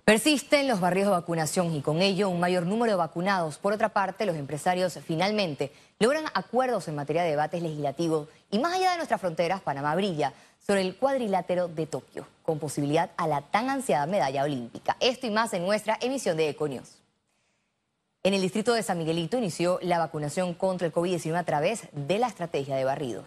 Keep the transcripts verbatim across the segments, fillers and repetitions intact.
Persisten los barrios de vacunación y con ello un mayor número de vacunados. Por otra parte, los empresarios finalmente logran acuerdos en materia de debates legislativos y más allá de nuestras fronteras, Panamá brilla sobre el cuadrilátero de Tokio, con posibilidad a la tan ansiada medalla olímpica. Esto y más en nuestra emisión de Econews. En el distrito de San Miguelito inició la vacunación contra el COVID diecinueve a través de la estrategia de barrido.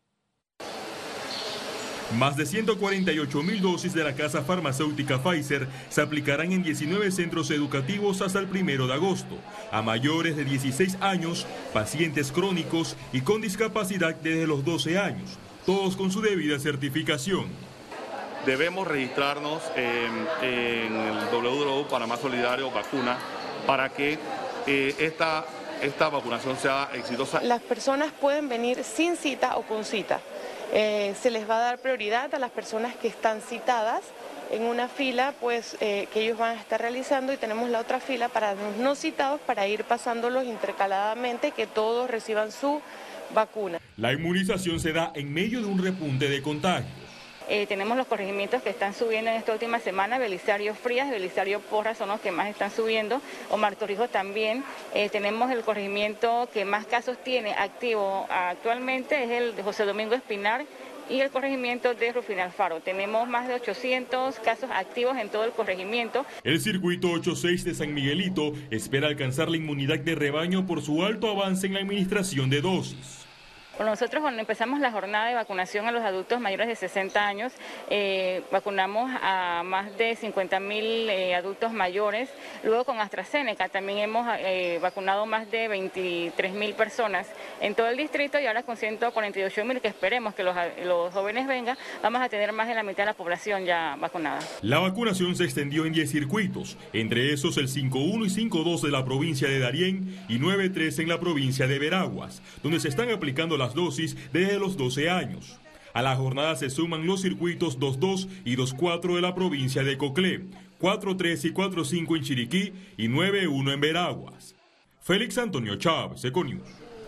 Más de ciento cuarenta y ocho mil dosis de la casa farmacéutica Pfizer se aplicarán en diecinueve centros educativos hasta el primero de agosto, a mayores de dieciséis años, pacientes crónicos y con discapacidad desde los doce años, todos con su debida certificación. Debemos registrarnos en, en el doble u doble u doble u punto panamá solidario vacuna para que eh, esta, esta vacunación sea exitosa. Las personas pueden venir sin cita o con cita. Eh, se les va a dar prioridad a las personas que están citadas en una fila pues eh, que ellos van a estar realizando, y tenemos la otra fila para los no citados para ir pasándolos intercaladamente, que todos reciban su vacuna. La inmunización se da en medio de un repunte de contagios. Eh, tenemos los corregimientos que están subiendo en esta última semana. Belisario Frías, Belisario Porras son los que más están subiendo. Omar Torrijos también. Eh, tenemos el corregimiento que más casos tiene activo actualmente, es el de José Domingo Espinar, y el corregimiento de Rufín Alfaro. Tenemos más de ochocientos casos activos en todo el corregimiento. El circuito ochenta y seis de San Miguelito espera alcanzar la inmunidad de rebaño por su alto avance en la administración de dosis. Nosotros cuando empezamos la jornada de vacunación a los adultos mayores de sesenta años, eh, vacunamos a más de cincuenta mil eh, adultos mayores. Luego con AstraZeneca también hemos eh, vacunado más de veintitrés mil personas en todo el distrito, y ahora con ciento cuarenta y ocho mil, que esperemos que los, los jóvenes vengan, vamos a tener más de la mitad de la población ya vacunada. La vacunación se extendió en diez circuitos, entre esos el cinco uno y cinco dos de la provincia de Darién y nueve tres en la provincia de Veraguas, donde se están aplicando las dosis desde los doce años. A la jornada se suman los circuitos dos dos y dos cuatro de la provincia de Coclé, cuatro tres y cuatro cinco en Chiriquí y nueve uno en Veraguas. Félix Antonio Chávez, Econews.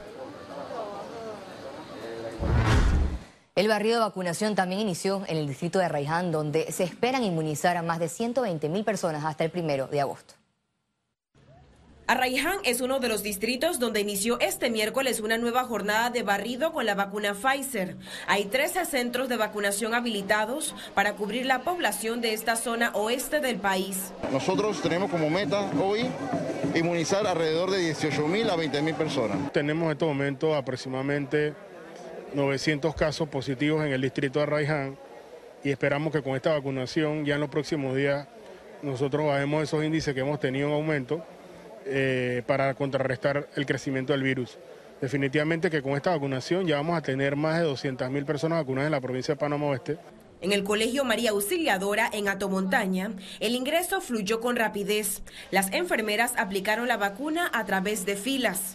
El barrido de vacunación también inició en el distrito de Arraiján, donde se esperan inmunizar a más de ciento veinte mil personas hasta el primero de agosto. Arraiján es uno de los distritos donde inició este miércoles una nueva jornada de barrido con la vacuna Pfizer. Hay trece centros de vacunación habilitados para cubrir la población de esta zona oeste del país. Nosotros tenemos como meta hoy inmunizar alrededor de dieciocho mil a veinte mil personas. Tenemos en este momento aproximadamente novecientos casos positivos en el distrito de Arraiján, y esperamos que con esta vacunación ya en los próximos días nosotros bajemos esos índices que hemos tenido en aumento. Eh, para contrarrestar el crecimiento del virus. Definitivamente que con esta vacunación ya vamos a tener más de doscientas mil personas vacunadas en la provincia de Panamá Oeste. En el Colegio María Auxiliadora en Atomontaña, el ingreso fluyó con rapidez. Las enfermeras aplicaron la vacuna a través de filas.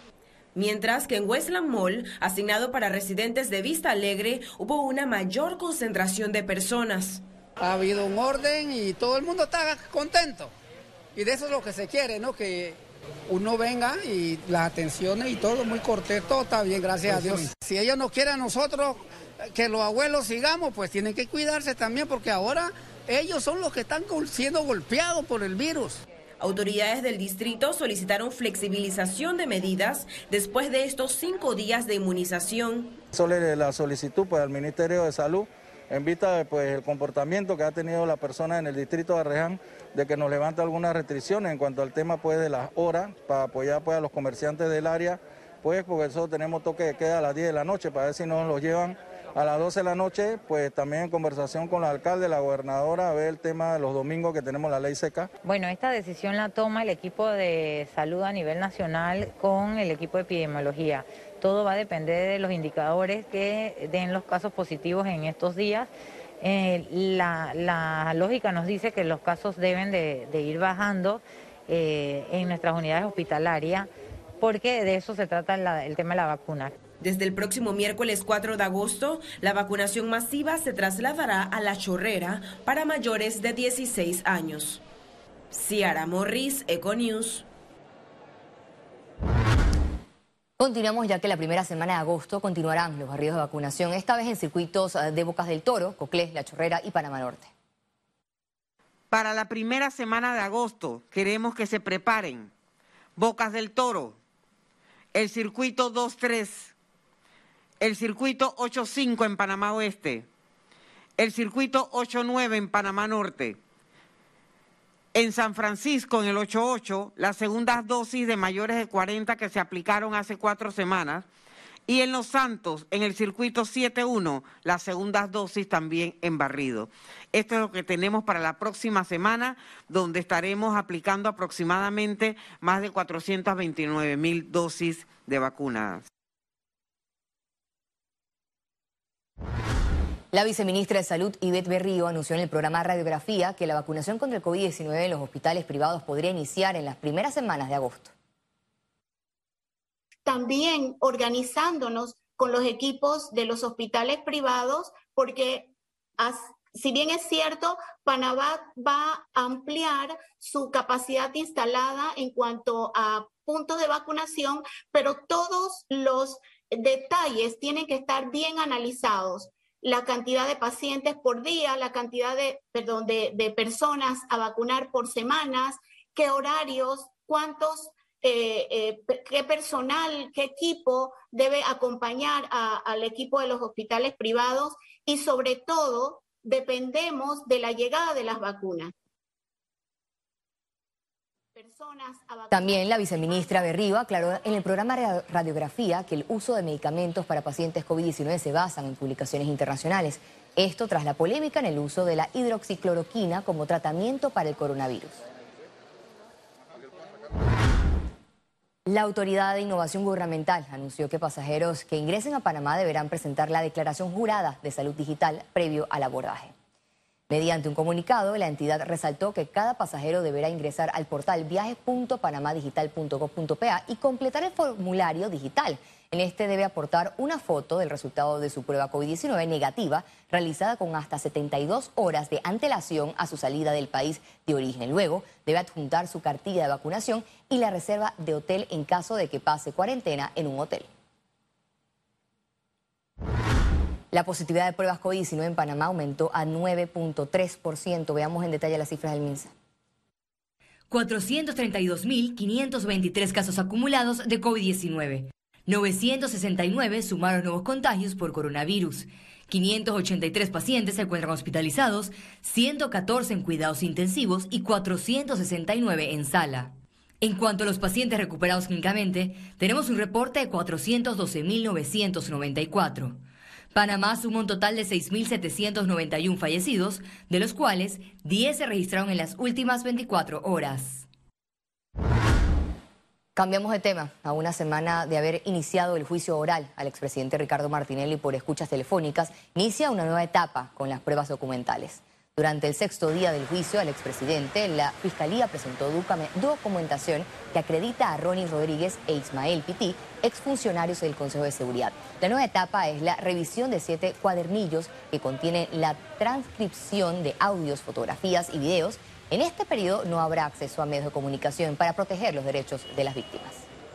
Mientras que en Westland Mall, asignado para residentes de Vista Alegre, hubo una mayor concentración de personas. Ha habido un orden y todo el mundo está contento. Y de eso es lo que se quiere, ¿no? Que uno venga y las atenciones y todo muy cortés, todo está bien, gracias a Dios. Si ellos no quieren a nosotros que los abuelos sigamos, pues tienen que cuidarse también, porque ahora ellos son los que están siendo golpeados por el virus. Autoridades del distrito solicitaron flexibilización de medidas después de estos cinco días de inmunización. Sobre la solicitud pues, al Ministerio de Salud, en vista de pues, el comportamiento que ha tenido la persona en el distrito de Arraiján, de que nos levanta algunas restricciones en cuanto al tema pues, de las horas, para apoyar pues, a los comerciantes del área, pues porque nosotros tenemos toque de queda a las diez de la noche, para ver si nos los llevan a las doce de la noche, pues también en conversación con el alcalde, la gobernadora, a ver el tema de los domingos que tenemos la ley seca. Bueno, esta decisión la toma el equipo de salud a nivel nacional con el equipo de epidemiología. Todo va a depender de los indicadores que den los casos positivos en estos días. Eh, la, la lógica nos dice que los casos deben de, de ir bajando eh, en nuestras unidades hospitalarias, porque de eso se trata la, el tema de la vacuna. Desde el próximo miércoles cuatro de agosto, la vacunación masiva se trasladará a La Chorrera para mayores de dieciséis años. Ciara Morris, Econews. Continuamos, ya que la primera semana de agosto continuarán los barridos de vacunación, esta vez en circuitos de Bocas del Toro, Coclé, La Chorrera y Panamá Norte. Para la primera semana de agosto queremos que se preparen Bocas del Toro, el circuito dos tres, el circuito ocho cinco en Panamá Oeste, el circuito ocho nueve en Panamá Norte. En San Francisco, en el ocho ocho, las segundas dosis de mayores de cuarenta que se aplicaron hace cuatro semanas. Y en Los Santos, en el circuito siete uno, las segundas dosis también en Barrido. Esto es lo que tenemos para la próxima semana, donde estaremos aplicando aproximadamente más de cuatrocientas veintinueve mil dosis de vacunas. La viceministra de Salud, Ivette Berrío, anunció en el programa Radiografía que la vacunación contra el COVID diecinueve en los hospitales privados podría iniciar en las primeras semanas de agosto. También organizándonos con los equipos de los hospitales privados, porque as, si bien es cierto, Panamá va a ampliar su capacidad instalada en cuanto a puntos de vacunación, pero todos los detalles tienen que estar bien analizados. La cantidad de pacientes por día, la cantidad de, perdón, de, de personas a vacunar por semanas, qué horarios, cuántos, eh, eh, qué personal, qué equipo debe acompañar a, al equipo de los hospitales privados y sobre todo dependemos de la llegada de las vacunas. También la viceministra Berrío aclaró en el programa Radiografía que el uso de medicamentos para pacientes COVID diecinueve se basan en publicaciones internacionales. Esto tras la polémica en el uso de la hidroxicloroquina como tratamiento para el coronavirus. La Autoridad de Innovación Gubernamental anunció que pasajeros que ingresen a Panamá deberán presentar la declaración jurada de salud digital previo al abordaje. Mediante un comunicado, la entidad resaltó que cada pasajero deberá ingresar al portal viajes punto panamadigital punto gov punto pe y completar el formulario digital. En este debe aportar una foto del resultado de su prueba COVID diecinueve negativa, realizada con hasta setenta y dos horas de antelación a su salida del país de origen. Luego, debe adjuntar su cartilla de vacunación y la reserva de hotel en caso de que pase cuarentena en un hotel. La positividad de pruebas COVID diecinueve en Panamá aumentó a nueve punto tres por ciento. Veamos en detalle las cifras del MINSA. cuatrocientos treinta y dos mil quinientos veintitrés casos acumulados de COVID diecinueve. novecientos sesenta y nueve sumaron nuevos contagios por coronavirus. quinientos ochenta y tres pacientes se encuentran hospitalizados, ciento catorce en cuidados intensivos y cuatrocientos sesenta y nueve en sala. En cuanto a los pacientes recuperados clínicamente, tenemos un reporte de cuatrocientos doce mil novecientos noventa y cuatro. Panamá suma un total de seis mil setecientos noventa y uno fallecidos, de los cuales diez se registraron en las últimas veinticuatro horas. Cambiamos de tema. A una semana de haber iniciado el juicio oral al expresidente Ricardo Martinelli por escuchas telefónicas, inicia una nueva etapa con las pruebas documentales. Durante el sexto día del juicio al expresidente, la Fiscalía presentó documentación que acredita a Ronnie Rodríguez e Ismael Pití, exfuncionarios del Consejo de Seguridad. La nueva etapa es la revisión de siete cuadernillos que contienen la transcripción de audios, fotografías y videos. En este periodo no habrá acceso a medios de comunicación para proteger los derechos de las víctimas.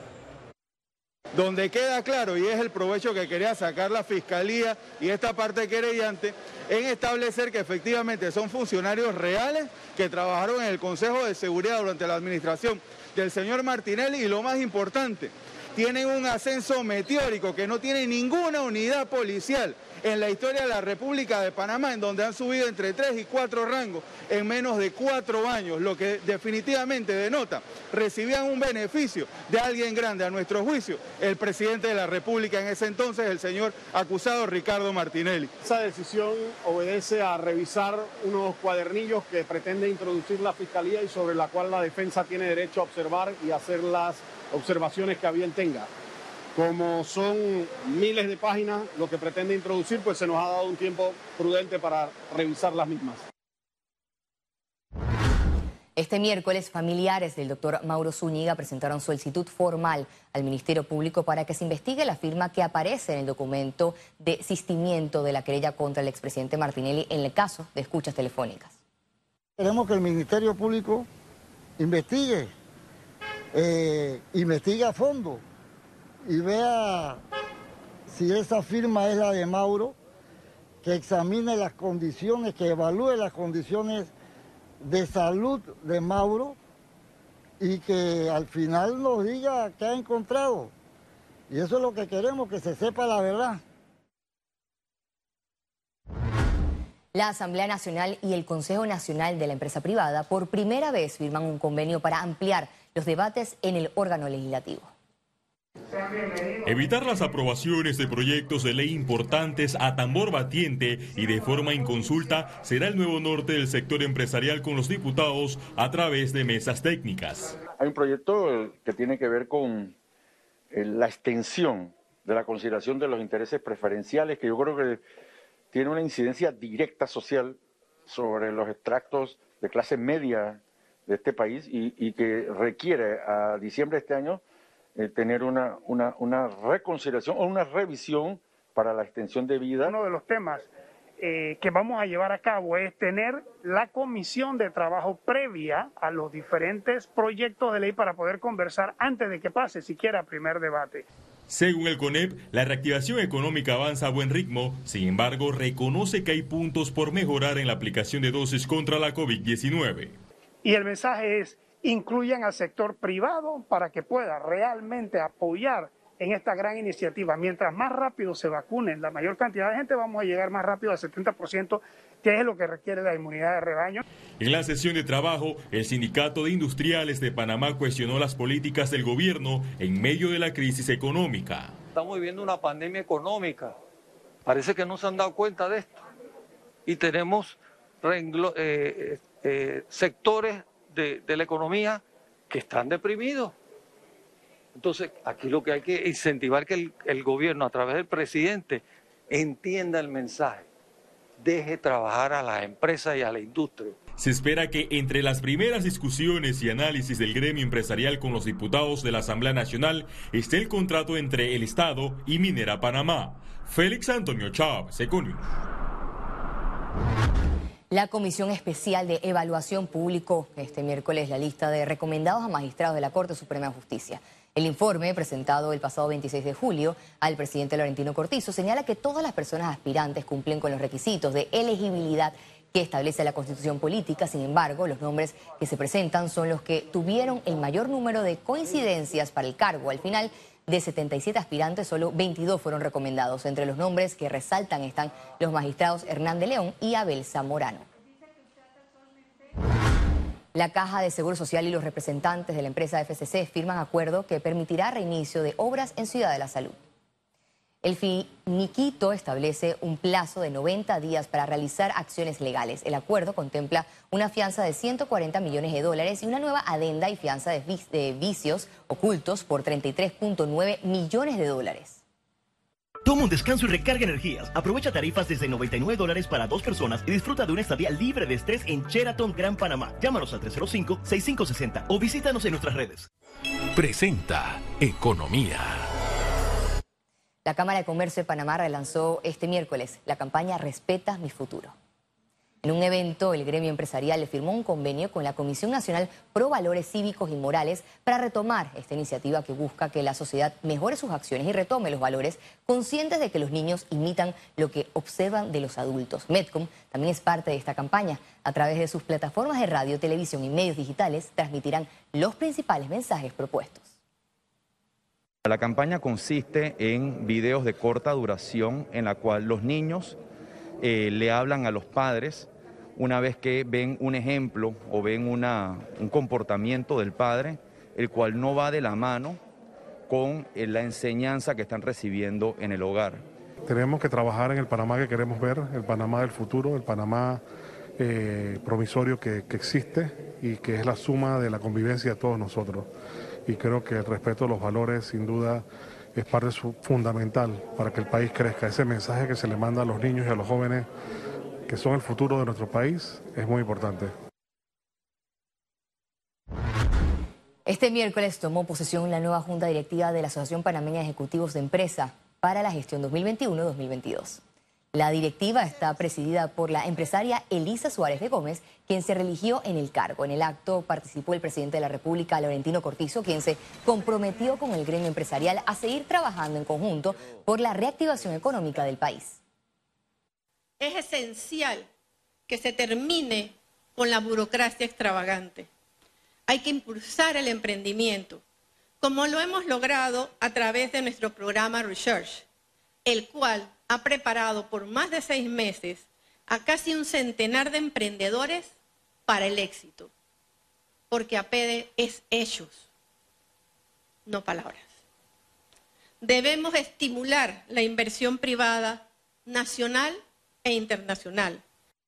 Donde queda claro, y es el provecho que quería sacar la Fiscalía y esta parte querellante, en establecer que efectivamente son funcionarios reales que trabajaron en el Consejo de Seguridad durante la administración del señor Martinelli y lo más importante, tienen un ascenso meteórico que no tiene ninguna unidad policial en la historia de la República de Panamá, en donde han subido entre tres y cuatro rangos en menos de cuatro años, lo que definitivamente denota, recibían un beneficio de alguien grande, a nuestro juicio, el presidente de la República en ese entonces, el señor acusado Ricardo Martinelli. Esa decisión obedece a revisar unos cuadernillos que pretende introducir la Fiscalía y sobre la cual la defensa tiene derecho a observar y hacer las observaciones que a bien tenga. Como son miles de páginas lo que pretende introducir, pues se nos ha dado un tiempo prudente para revisar las mismas. Este miércoles, familiares del doctor Mauro Zúñiga presentaron solicitud formal al Ministerio Público para que se investigue la firma que aparece en el documento de sistimiento de la querella contra el expresidente Martinelli en el caso de escuchas telefónicas. Queremos que el Ministerio Público investigue, eh, investigue a fondo y vea si esa firma es la de Mauro, que examine las condiciones, que evalúe las condiciones de salud de Mauro y que al final nos diga qué ha encontrado. Y eso es lo que queremos, que se sepa la verdad. La Asamblea Nacional y el Consejo Nacional de la Empresa Privada por primera vez firman un convenio para ampliar los debates en el órgano legislativo. Evitar las aprobaciones de proyectos de ley importantes a tambor batiente y de forma inconsulta será el nuevo norte del sector empresarial con los diputados a través de mesas técnicas. Hay un proyecto que tiene que ver con la extensión de la consideración de los intereses preferenciales, que yo creo que tiene una incidencia directa social sobre los extractos de clase media de este país y, y que requiere a diciembre de este año eh, tener una, una, una reconsideración o una revisión para la extensión de vida. Uno de los temas eh, que vamos a llevar a cabo es tener la comisión de trabajo previa a los diferentes proyectos de ley para poder conversar antes de que pase siquiera primer debate. Según el CONEP, la reactivación económica avanza a buen ritmo, sin embargo, reconoce que hay puntos por mejorar en la aplicación de dosis contra la COVID diecinueve. Y el mensaje es, incluyan al sector privado para que pueda realmente apoyar en esta gran iniciativa. Mientras más rápido se vacunen la mayor cantidad de gente, vamos a llegar más rápido al setenta por ciento, que es lo que requiere la inmunidad de rebaño. En la sesión de trabajo, el Sindicato de Industriales de Panamá cuestionó las políticas del gobierno en medio de la crisis económica. Estamos viviendo una pandemia económica. Parece que no se han dado cuenta de esto. Y tenemos renglo, eh, eh, sectores de, de la economía que están deprimidos. Entonces, aquí lo que hay que incentivar que el, el gobierno, a través del presidente, entienda el mensaje. Deje trabajar a las empresas y a la industria. Se espera que entre las primeras discusiones y análisis del gremio empresarial con los diputados de la Asamblea Nacional esté el contrato entre el Estado y Minera Panamá. Félix Antonio Chávez, Econius. La Comisión Especial de Evaluación publicó este miércoles la lista de recomendados a magistrados de la Corte Suprema de Justicia. El informe, presentado el pasado veintiséis de julio al presidente Laurentino Cortizo, señala que todas las personas aspirantes cumplen con los requisitos de elegibilidad que establece la Constitución Política. Sin embargo, los nombres que se presentan son los que tuvieron el mayor número de coincidencias para el cargo. Al final, de setenta y siete aspirantes, solo veintidós fueron recomendados. Entre los nombres que resaltan están los magistrados Hernán de León y Abel Zamorano. La Caja de Seguro Social y los representantes de la empresa F C C firman acuerdo que permitirá reinicio de obras en Ciudad de la Salud. El finiquito establece un plazo de noventa días para realizar acciones legales. El acuerdo contempla una fianza de ciento cuarenta millones de dólares y una nueva adenda y fianza de, vic de vicios ocultos por treinta y tres punto nueve millones de dólares. Toma un descanso y recarga energías. Aprovecha tarifas desde noventa y nueve dólares para dos personas y disfruta de una estadía libre de estrés en Sheraton Gran Panamá. Llámanos al tres cero cinco, seis cinco seis cero o visítanos en nuestras redes. Presenta Economía. La Cámara de Comercio de Panamá relanzó este miércoles la campaña Respeta mi futuro. En un evento, el gremio empresarial firmó un convenio con la Comisión Nacional Pro Valores Cívicos y Morales para retomar esta iniciativa que busca que la sociedad mejore sus acciones y retome los valores, conscientes de que los niños imitan lo que observan de los adultos. Medcom también es parte de esta campaña. A través de sus plataformas de radio, televisión y medios digitales transmitirán los principales mensajes propuestos. La campaña consiste en videos de corta duración en la cual los niños eh, le hablan a los padres una vez que ven un ejemplo o ven una, un comportamiento del padre, el cual no va de la mano con eh, la enseñanza que están recibiendo en el hogar. Tenemos que trabajar en el Panamá que queremos ver, el Panamá del futuro, el Panamá eh, promisorio que, que existe y que es la suma de la convivencia de todos nosotros. Y creo que el respeto a los valores, sin duda, es parte fundamental para que el país crezca. Ese mensaje que se le manda a los niños y a los jóvenes, que son el futuro de nuestro país, es muy importante. Este miércoles tomó posesión la nueva Junta Directiva de la Asociación Panameña de Ejecutivos de Empresa para la gestión dos mil veintiuno dos mil veintidós. La directiva está presidida por la empresaria Elisa Suárez de Gómez, quien se religió en el cargo. En el acto participó el presidente de la República, Laurentino Cortizo, quien se comprometió con el gremio empresarial a seguir trabajando en conjunto por la reactivación económica del país. Es esencial que se termine con la burocracia extravagante. Hay que impulsar el emprendimiento, como lo hemos logrado a través de nuestro programa Research, el cual ha preparado por más de seis meses a casi un centenar de emprendedores para el éxito, porque A P E D es hechos, no palabras. Debemos estimular la inversión privada nacional e internacional.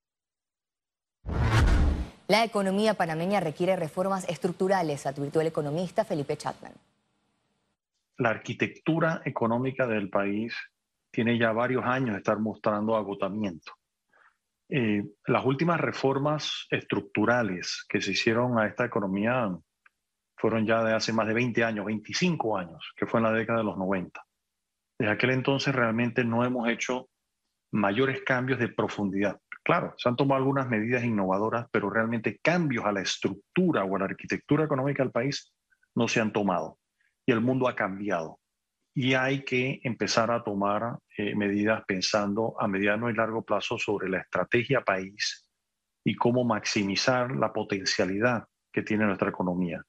La economía panameña requiere reformas estructurales, advirtió el economista Felipe Chapman. La arquitectura económica del país tiene ya varios años de estar mostrando agotamiento. Eh, las últimas reformas estructurales que se hicieron a esta economía fueron ya de hace más de veinte años, veinticinco años, que fue en la década de los noventa. Desde aquel entonces realmente no hemos hecho mayores cambios de profundidad. Claro, se han tomado algunas medidas innovadoras, pero realmente cambios a la estructura o a la arquitectura económica del país no se han tomado. Y el mundo ha cambiado. Y hay que empezar a tomar eh, medidas pensando a mediano y largo plazo sobre la estrategia país y cómo maximizar la potencialidad que tiene nuestra economía.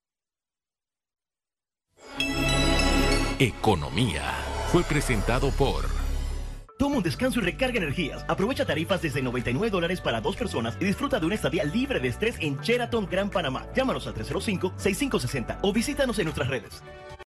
Economía fue presentado por... Toma un descanso y recarga energías. Aprovecha tarifas desde noventa y nueve dólares para dos personas y disfruta de una estadía libre de estrés en Sheraton Gran Panamá. Llámanos al tres cero cinco, seis cinco seis cero o visítanos en nuestras redes.